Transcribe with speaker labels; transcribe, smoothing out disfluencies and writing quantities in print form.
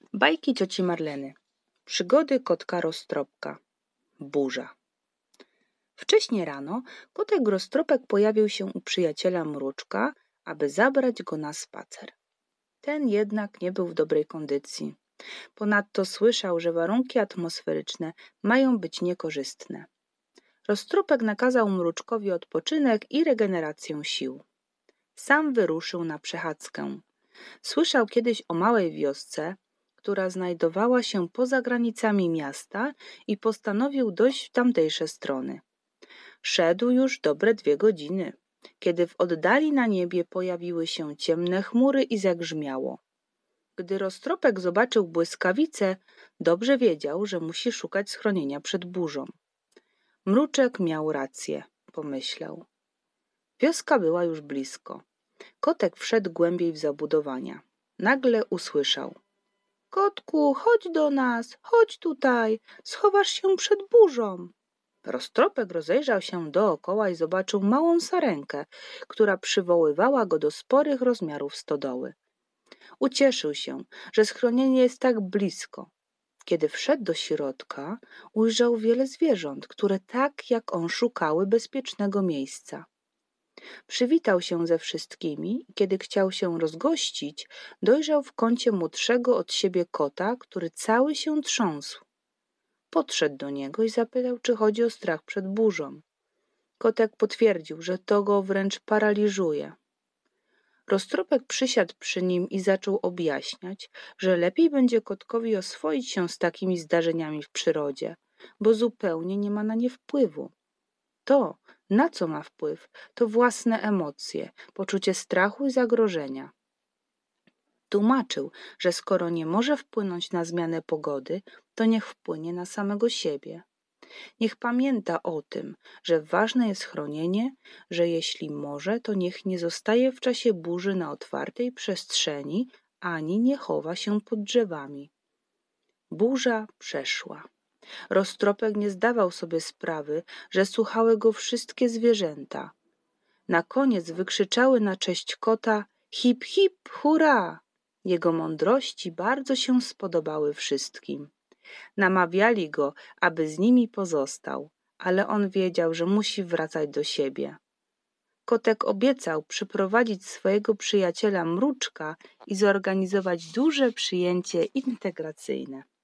Speaker 1: Bajki cioci Marleny. Przygody kotka Roztropka. Burza. Wcześnie rano kotek Roztropek pojawił się u przyjaciela Mruczka, aby zabrać go na spacer. Ten jednak nie był w dobrej kondycji. Ponadto słyszał, że warunki atmosferyczne mają być niekorzystne. Roztropek nakazał Mruczkowi odpoczynek i regenerację sił. Sam wyruszył na przechadzkę. Słyszał kiedyś o małej wiosce, która znajdowała się poza granicami miasta i postanowił dojść w tamtejsze strony. Szedł już dobre 2 godziny, kiedy w oddali na niebie pojawiły się ciemne chmury i zagrzmiało. Gdy Roztropek zobaczył błyskawice, dobrze wiedział, że musi szukać schronienia przed burzą. Mruczek miał rację, pomyślał. Wioska była już blisko. Kotek wszedł głębiej w zabudowania. Nagle usłyszał: Kotku, chodź do nas, chodź tutaj, schowasz się przed burzą. Roztropek rozejrzał się dookoła i zobaczył małą sarenkę, która przywoływała go do sporych rozmiarów stodoły. Ucieszył się, że schronienie jest tak blisko. Kiedy wszedł do środka, ujrzał wiele zwierząt, które tak jak on szukały bezpiecznego miejsca. Przywitał się ze wszystkimi i kiedy chciał się rozgościć, dojrzał w kącie młodszego od siebie kota, który cały się trząsł. Podszedł do niego i zapytał, czy chodzi o strach przed burzą. Kotek potwierdził, że to go wręcz paraliżuje. Roztropek przysiadł przy nim i zaczął objaśniać, że lepiej będzie kotkowi oswoić się z takimi zdarzeniami w przyrodzie, bo zupełnie nie ma na nie wpływu. To, na co ma wpływ, to własne emocje, poczucie strachu i zagrożenia. Tłumaczył, że skoro nie może wpłynąć na zmianę pogody, to niech wpłynie na samego siebie. Niech pamięta o tym, że ważne jest chronienie, że jeśli może, to niech nie zostaje w czasie burzy na otwartej przestrzeni, ani nie chowa się pod drzewami. Burza przeszła. Roztropek nie zdawał sobie sprawy, że słuchały go wszystkie zwierzęta. Na koniec wykrzyczały na cześć kota: hip, hip, hurra! Jego mądrości bardzo się spodobały wszystkim. Namawiali go, aby z nimi pozostał, ale on wiedział, że musi wracać do siebie. Kotek obiecał przyprowadzić swojego przyjaciela Mruczka i zorganizować duże przyjęcie integracyjne.